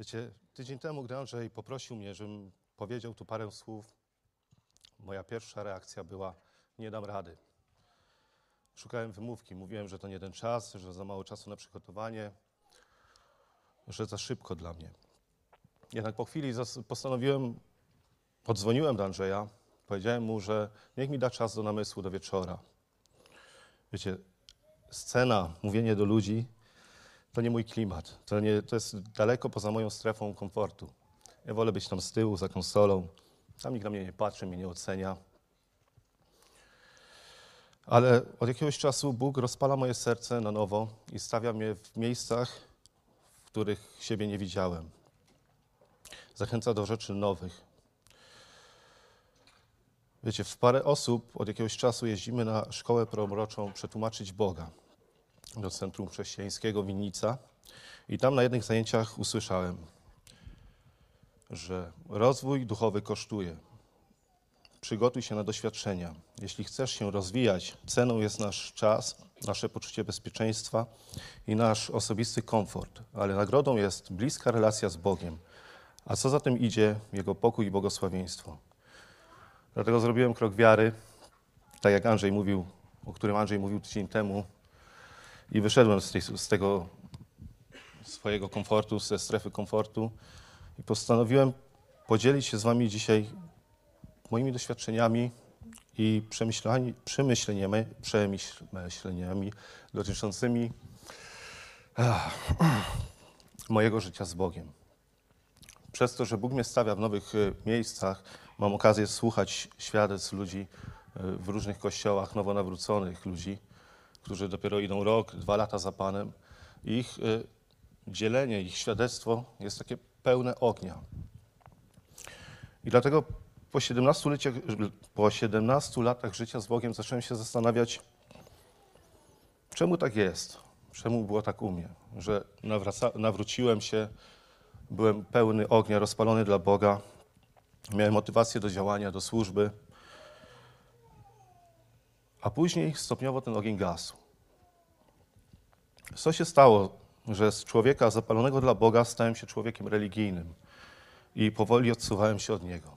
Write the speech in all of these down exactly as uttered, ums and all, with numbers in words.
Wiecie, tydzień temu, gdy Andrzej poprosił mnie, żebym powiedział tu parę słów, moja pierwsza reakcja była: nie dam rady. Szukałem wymówki, mówiłem, że to nie ten czas, że za mało czasu na przygotowanie, że za szybko dla mnie. Jednak po chwili postanowiłem, odzwoniłem do Andrzeja, powiedziałem mu, że niech mi da czas do namysłu, do wieczora. Wiecie, scena, mówienie do ludzi, to nie mój klimat, to, nie, to jest daleko poza moją strefą komfortu. Ja wolę być tam z tyłu, za konsolą, tam nikt na mnie nie patrzy, mnie nie ocenia. Ale od jakiegoś czasu Bóg rozpala moje serce na nowo i stawia mnie w miejscach, w których siebie nie widziałem. Zachęca do rzeczy nowych. Wiecie, w parę osób od jakiegoś czasu jeździmy na szkołę proroczą przetłumaczyć Boga do Centrum Chrześcijańskiego Winnica i tam na jednych zajęciach usłyszałem, że rozwój duchowy kosztuje. Przygotuj się na doświadczenia. Jeśli chcesz się rozwijać, ceną jest nasz czas, nasze poczucie bezpieczeństwa i nasz osobisty komfort, ale nagrodą jest bliska relacja z Bogiem, a co za tym idzie, Jego pokój i błogosławieństwo. Dlatego zrobiłem krok wiary, tak jak Andrzej mówił, o którym Andrzej mówił tydzień temu, i wyszedłem z, tej, z tego swojego komfortu, ze strefy komfortu i postanowiłem podzielić się z wami dzisiaj moimi doświadczeniami i przemyśleniami, przemyśleniami, przemyśleniami dotyczącymi ach, mojego życia z Bogiem. Przez to, że Bóg mnie stawia w nowych miejscach, mam okazję słuchać świadectw ludzi w różnych kościołach, nowonawróconych ludzi, którzy dopiero idą rok, dwa lata za Panem. Ich dzielenie, ich świadectwo jest takie pełne ognia. I dlatego po siedemnastu, leciach, po siedemnastu latach życia z Bogiem zacząłem się zastanawiać, czemu tak jest, czemu było tak u mnie, że nawraca, nawróciłem się, byłem pełny ognia, rozpalony dla Boga, miałem motywację do działania, do służby, a później stopniowo ten ogień gasł. Co się stało, że z człowieka zapalonego dla Boga stałem się człowiekiem religijnym i powoli odsuwałem się od Niego.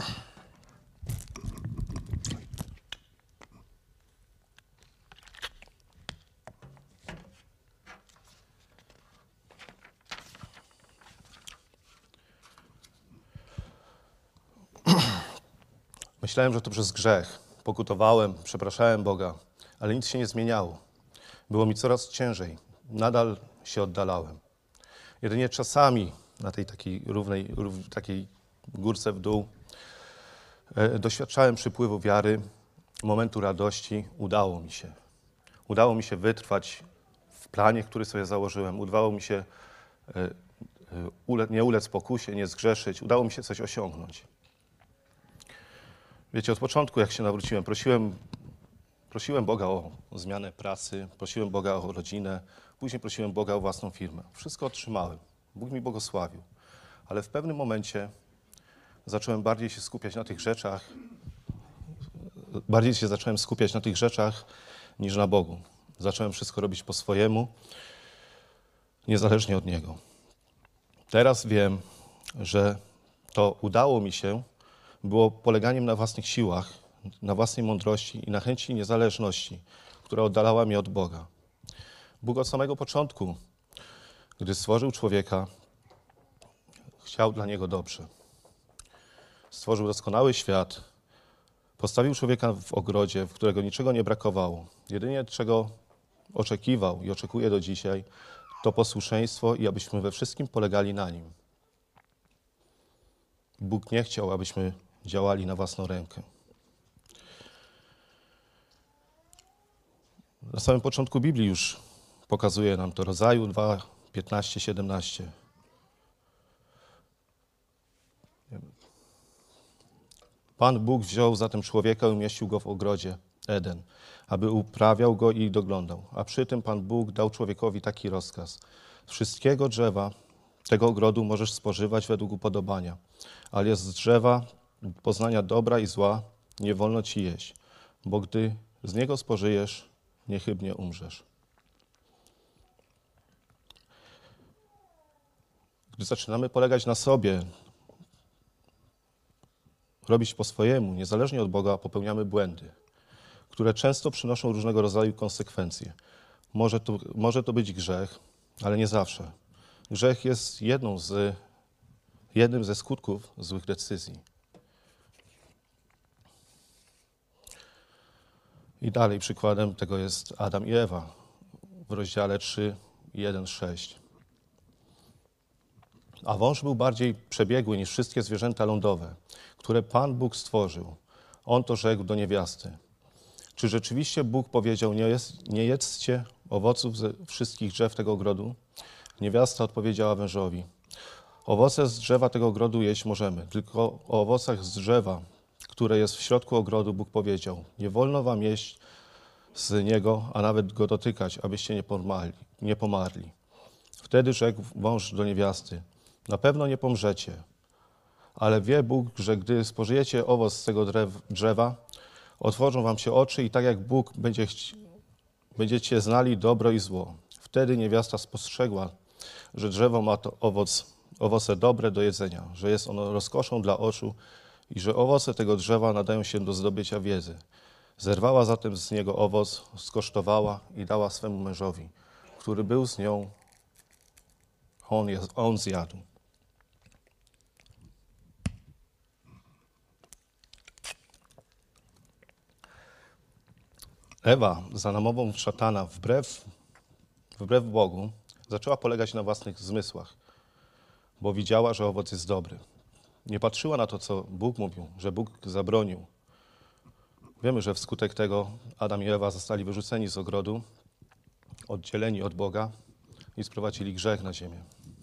Myślałem, że to przez grzech. Pokutowałem, przepraszałem Boga, ale nic się nie zmieniało. Było mi coraz ciężej. Nadal się oddalałem. Jedynie czasami na tej takiej równej, rów, takiej górce w dół e, doświadczałem przypływu wiary, momentu radości. Udało mi się. Udało mi się wytrwać w planie, który sobie założyłem. Udało mi się e, e, ule, nie ulec pokusie, nie zgrzeszyć. Udało mi się coś osiągnąć. Wiecie, od początku, jak się nawróciłem, prosiłem, prosiłem Boga o zmianę pracy, prosiłem Boga o rodzinę, później prosiłem Boga o własną firmę. Wszystko otrzymałem. Bóg mi błogosławił. Ale w pewnym momencie zacząłem bardziej się skupiać na tych rzeczach, bardziej się zacząłem skupiać na tych rzeczach niż na Bogu. Zacząłem wszystko robić po swojemu, niezależnie od Niego. Teraz wiem, że to udało mi się, było poleganiem na własnych siłach, na własnej mądrości i na chęci niezależności, która oddalała mnie od Boga. Bóg od samego początku, gdy stworzył człowieka, chciał dla niego dobrze. Stworzył doskonały świat, postawił człowieka w ogrodzie, w którego niczego nie brakowało. Jedynie czego oczekiwał i oczekuje do dzisiaj, to posłuszeństwo i abyśmy we wszystkim polegali na Nim. Bóg nie chciał, abyśmy działali na własną rękę. Na samym początku Biblii już pokazuje nam to, Rodzaju dwa, piętnaście, siedemnaście. Pan Bóg wziął zatem człowieka i umieścił go w ogrodzie Eden, aby uprawiał go i doglądał. A przy tym Pan Bóg dał człowiekowi taki rozkaz: z wszystkiego drzewa tego ogrodu możesz spożywać według upodobania, ale z drzewa poznania dobra i zła nie wolno ci jeść, bo gdy z niego spożyjesz, niechybnie umrzesz. Gdy zaczynamy polegać na sobie, robić po swojemu, niezależnie od Boga, popełniamy błędy, które często przynoszą różnego rodzaju konsekwencje. Może to, może to być grzech, ale nie zawsze. Grzech jest jedną z, jednym ze skutków złych decyzji. I dalej przykładem tego jest Adam i Ewa w rozdziale trzy, jeden, sześć. A wąż był bardziej przebiegły niż wszystkie zwierzęta lądowe, które Pan Bóg stworzył. On to rzekł do niewiasty. Czy rzeczywiście Bóg powiedział, nie, jest, nie jedzcie owoców ze wszystkich drzew tego ogrodu? Niewiasta odpowiedziała wężowi. Owoce z drzewa tego ogrodu jeść możemy, tylko o owocach z drzewa, które jest w środku ogrodu, Bóg powiedział, nie wolno wam jeść z niego, a nawet go dotykać, abyście nie pomarli. Nie pomarli. Wtedy rzekł wąż do niewiasty, na pewno nie pomrzecie, ale wie Bóg, że gdy spożyjecie owoc z tego drzewa, otworzą wam się oczy i tak jak Bóg będzie chci- będziecie znali dobro i zło. Wtedy niewiasta spostrzegła, że drzewo ma to owoc, owoce dobre do jedzenia, że jest ono rozkoszą dla oczu i że owoce tego drzewa nadają się do zdobycia wiedzy. Zerwała zatem z niego owoc, skosztowała i dała swemu mężowi, który był z nią, on, jest, on zjadł. Ewa, za namową szatana, wbrew, wbrew Bogu, zaczęła polegać na własnych zmysłach, bo widziała, że owoc jest dobry. Nie patrzyła na to, co Bóg mówił, że Bóg zabronił. Wiemy, że wskutek tego Adam i Ewa zostali wyrzuceni z ogrodu, oddzieleni od Boga i sprowadzili grzech na ziemię.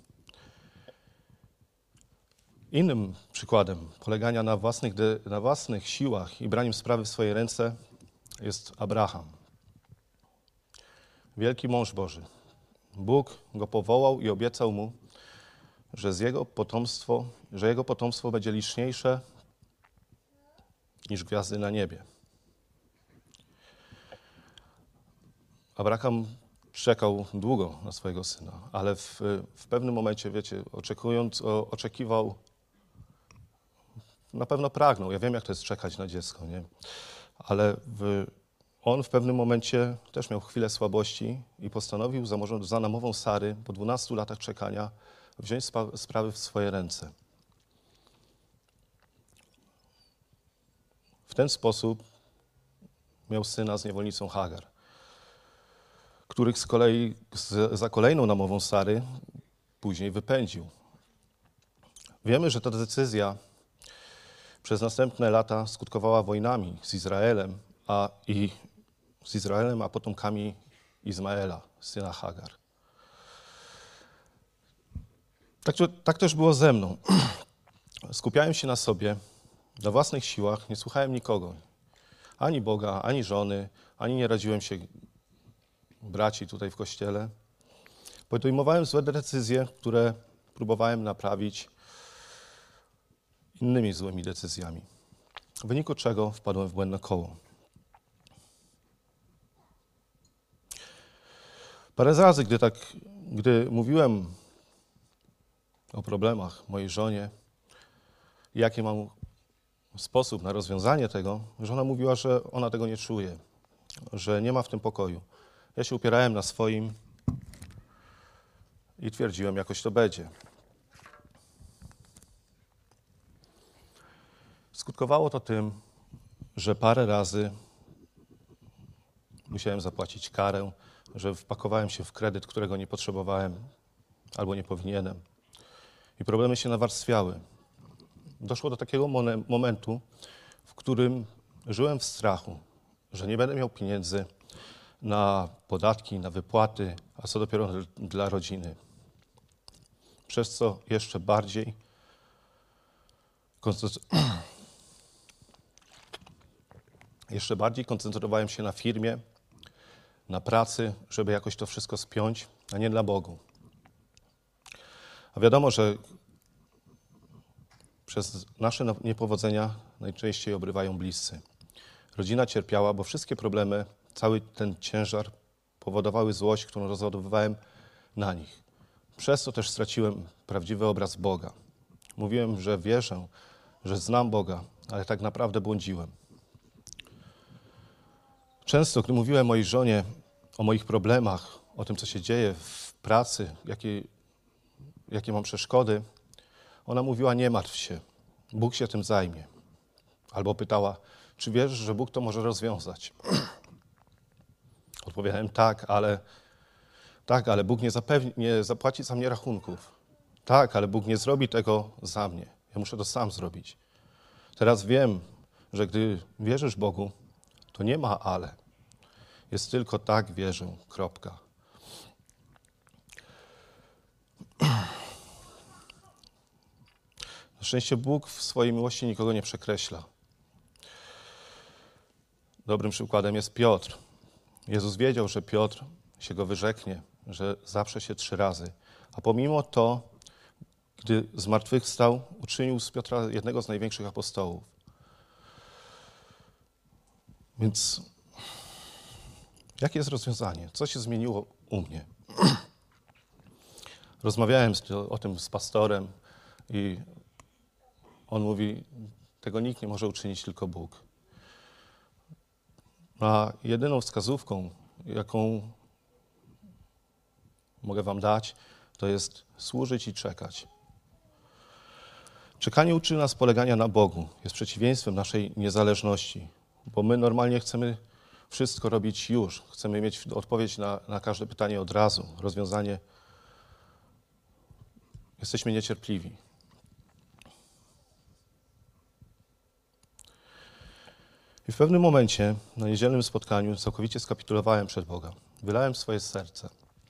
Innym przykładem polegania na własnych, na własnych siłach i braniem sprawy w swoje ręce jest Abraham. Wielki mąż Boży. Bóg go powołał i obiecał mu, że z jego potomstwo, że jego potomstwo będzie liczniejsze niż gwiazdy na niebie. Abraham czekał długo na swojego syna, ale w, w pewnym momencie, wiecie, oczekując, o, oczekiwał, na pewno pragnął. Ja wiem, jak to jest czekać na dziecko, nie? Ale w, on w pewnym momencie też miał chwilę słabości i postanowił za, za namową Sary po dwunastu latach czekania wziąć spa, sprawy w swoje ręce. W ten sposób miał syna z niewolnicą Hagar, których z kolei z, za kolejną namową Sary później wypędził. Wiemy, że ta decyzja przez następne lata skutkowała wojnami z Izraelem, a i z Izraelem, a potomkami Izmaela, syna Hagar. Tak, tak też było ze mną. Skupiałem się na sobie, na własnych siłach, nie słuchałem nikogo. Ani Boga, ani żony, ani nie radziłem się braci tutaj w kościele. Podejmowałem złe decyzje, które próbowałem naprawić innymi złymi decyzjami. W wyniku czego wpadłem w błędne koło. Parę razy, gdy tak, gdy mówiłem o problemach mojej żonie, jaki mam sposób na rozwiązanie tego, żona mówiła, że ona tego nie czuje, że nie ma w tym pokoju. Ja się upierałem na swoim i twierdziłem, jakoś to będzie. Skutkowało to tym, że parę razy musiałem zapłacić karę, że wpakowałem się w kredyt, którego nie potrzebowałem albo nie powinienem. I problemy się nawarstwiały. Doszło do takiego momentu, w którym żyłem w strachu, że nie będę miał pieniędzy na podatki, na wypłaty, a co dopiero dla rodziny. Przez co jeszcze bardziej jeszcze bardziej koncentrowałem się na firmie, na pracy, żeby jakoś to wszystko spiąć, a nie dla Bogu. A wiadomo, że przez nasze niepowodzenia najczęściej obrywają bliscy. Rodzina cierpiała, bo wszystkie problemy, cały ten ciężar powodowały złość, którą rozładowywałem na nich. Przez to też straciłem prawdziwy obraz Boga. Mówiłem, że wierzę, że znam Boga, ale tak naprawdę błądziłem. Często, gdy mówiłem mojej żonie o moich problemach, o tym, co się dzieje w pracy, jakie, jakie mam przeszkody, ona mówiła, nie martw się, Bóg się tym zajmie. Albo pytała, czy wierzysz, że Bóg to może rozwiązać? Odpowiadałem, tak, ale tak, ale Bóg nie, zapewni, nie zapłaci za mnie rachunków. Tak, ale Bóg nie zrobi tego za mnie. Ja muszę to sam zrobić. Teraz wiem, że gdy wierzysz Bogu, to nie ma ale. Jest tylko tak, wierzę, kropka. Na szczęście Bóg w swojej miłości nikogo nie przekreśla. Dobrym przykładem jest Piotr. Jezus wiedział, że Piotr się go wyrzeknie, że zawsze się trzy razy. A pomimo to, gdy zmartwychwstał, uczynił z Piotra jednego z największych apostołów. Więc jakie jest rozwiązanie? Co się zmieniło u mnie? Rozmawiałem z, o tym z pastorem i on mówi, tego nikt nie może uczynić, tylko Bóg. A jedyną wskazówką, jaką mogę wam dać, to jest służyć i czekać. Czekanie uczy nas polegania na Bogu. Jest przeciwieństwem naszej niezależności, bo my normalnie chcemy wszystko robić już. Chcemy mieć odpowiedź na, na każde pytanie od razu, rozwiązanie. Jesteśmy niecierpliwi. I w pewnym momencie, na niedzielnym spotkaniu, całkowicie skapitulowałem przed Boga. Wylałem swoje serce.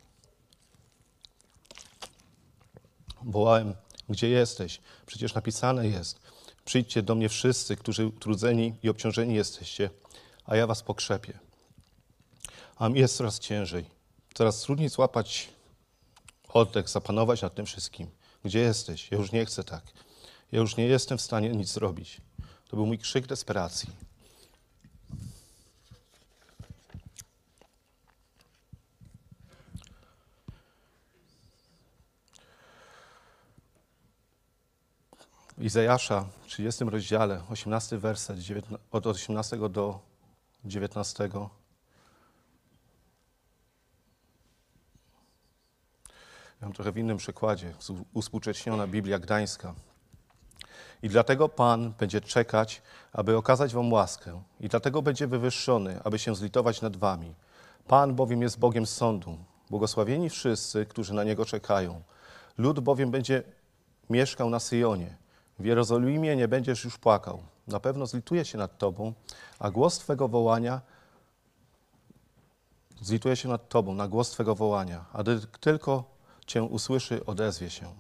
Wołałem, gdzie jesteś? Przecież napisane jest, przyjdźcie do mnie wszyscy, którzy utrudzeni i obciążeni jesteście, a ja was pokrzepię. A mi jest coraz ciężej, coraz trudniej złapać oddech, zapanować nad tym wszystkim. Gdzie jesteś? Ja już nie chcę tak. Ja już nie jestem w stanie nic zrobić. To był mój krzyk desperacji. W Izajasza, w trzydziestym rozdziale, osiemnasty werset, od osiemnastego do dziewiętnastego. Ja mam trochę w innym przykładzie, uspółcześniona Biblia Gdańska. I dlatego Pan będzie czekać, aby okazać wam łaskę. I dlatego będzie wywyższony, aby się zlitować nad wami. Pan bowiem jest Bogiem sądu. Błogosławieni wszyscy, którzy na Niego czekają. Lud bowiem będzie mieszkał na Syjonie. W Jerozolimie nie będziesz już płakał. Na pewno zlituje się nad tobą, a głos twego wołania zlituje się nad tobą, na głos twego wołania. A gdy tylko cię usłyszy, odezwie się.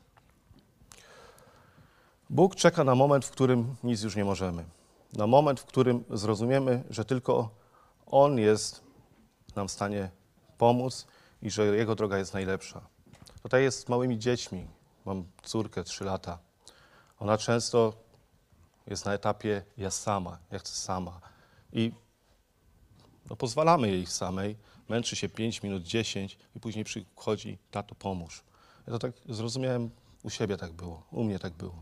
Bóg czeka na moment, w którym nic już nie możemy. Na moment, w którym zrozumiemy, że tylko On jest nam w stanie pomóc i że Jego droga jest najlepsza. Tutaj jest z małymi dziećmi. Mam córkę, trzy lata. Ona często jest na etapie ja sama, ja chcę sama. I no, pozwalamy jej samej, męczy się pięć minut, dziesięć i później przychodzi, tato, pomóż. Ja to tak zrozumiałem, u siebie tak było, u mnie tak było.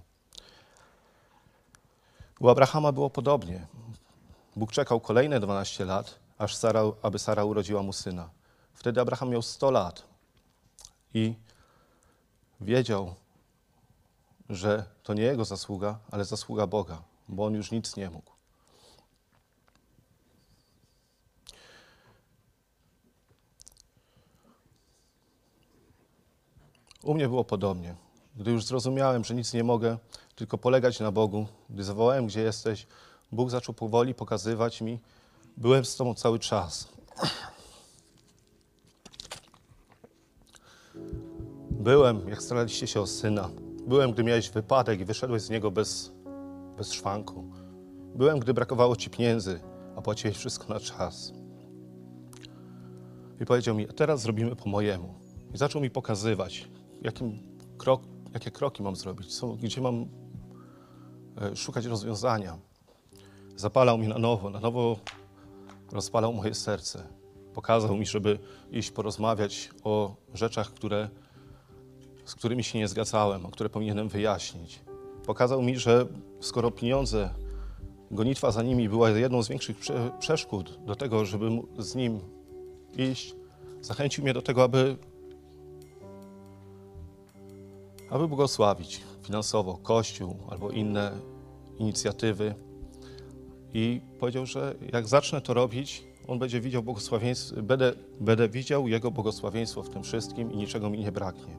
U Abrahama było podobnie. Bóg czekał kolejne dwanaście lat, aż Sara, aby Sara urodziła mu syna. Wtedy Abraham miał sto lat i wiedział, że to nie jego zasługa, ale zasługa Boga, bo on już nic nie mógł. U mnie było podobnie. Gdy już zrozumiałem, że nic nie mogę, tylko polegać na Bogu, gdy zawołałem, gdzie jesteś, Bóg zaczął powoli pokazywać mi, byłem z Tobą cały czas. Byłem, jak staraliście się o syna. Byłem, gdy miałeś wypadek i wyszedłeś z niego bez, bez szwanku. Byłem, gdy brakowało ci pieniędzy, a płaciłeś wszystko na czas. I powiedział mi, teraz zrobimy po mojemu. I zaczął mi pokazywać, jakim krok, jakie kroki mam zrobić, co, gdzie mam e, szukać rozwiązania. Zapalał mi na nowo, na nowo rozpalał moje serce. Pokazał mi, żeby iść porozmawiać o rzeczach, które z którymi się nie zgadzałem, o które powinienem wyjaśnić. Pokazał mi, że skoro pieniądze, gonitwa za nimi była jedną z większych prze- przeszkód do tego, żeby z nim iść, zachęcił mnie do tego, aby, aby błogosławić finansowo Kościół albo inne inicjatywy. I powiedział, że jak zacznę to robić, on będzie widział błogosławieństwo, będę, będę widział Jego błogosławieństwo w tym wszystkim i niczego mi nie braknie.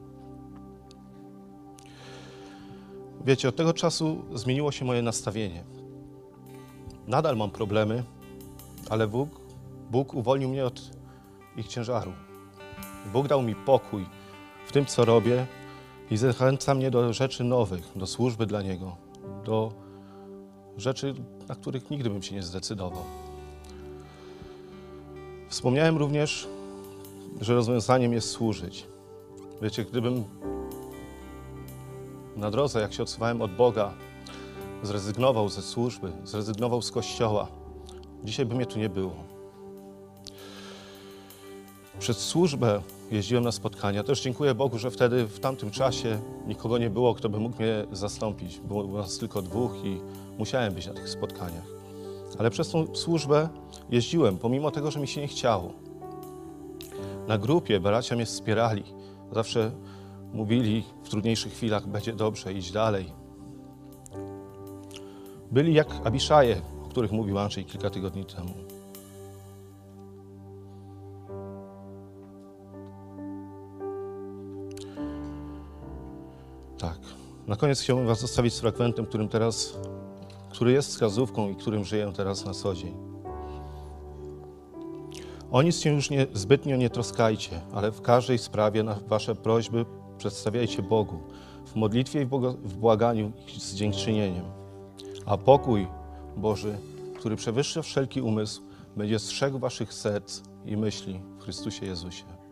Wiecie, od tego czasu zmieniło się moje nastawienie. Nadal mam problemy, ale Bóg, Bóg uwolnił mnie od ich ciężaru. Bóg dał mi pokój w tym, co robię i zachęca mnie do rzeczy nowych, do służby dla Niego, do rzeczy, na których nigdy bym się nie zdecydował. Wspomniałem również, że rozwiązaniem jest służyć. Wiecie, gdybym na drodze, jak się odsuwałem od Boga, zrezygnował ze służby, zrezygnował z Kościoła, dzisiaj by mnie tu nie było. Przez służbę jeździłem na spotkania. Też dziękuję Bogu, że wtedy, w tamtym czasie nikogo nie było, kto by mógł mnie zastąpić. Było nas tylko dwóch i musiałem być na tych spotkaniach. Ale przez tą służbę jeździłem, pomimo tego, że mi się nie chciało. Na grupie bracia mnie wspierali. Zawsze mówili w trudniejszych chwilach, będzie dobrze, idź dalej. Byli jak Abiszaje, o których mówił Andrzej kilka tygodni temu. Tak. Na koniec chciałbym was zostawić z fragmentem, którym teraz, który jest wskazówką i którym żyję teraz na co dzień. O nic się już nie, zbytnio nie troskajcie, ale w każdej sprawie na wasze prośby przedstawiajcie Bogu, w modlitwie i w błaganiu i z dziękczynieniem. A pokój Boży, który przewyższa wszelki umysł, będzie strzegł waszych serc i myśli w Chrystusie Jezusie.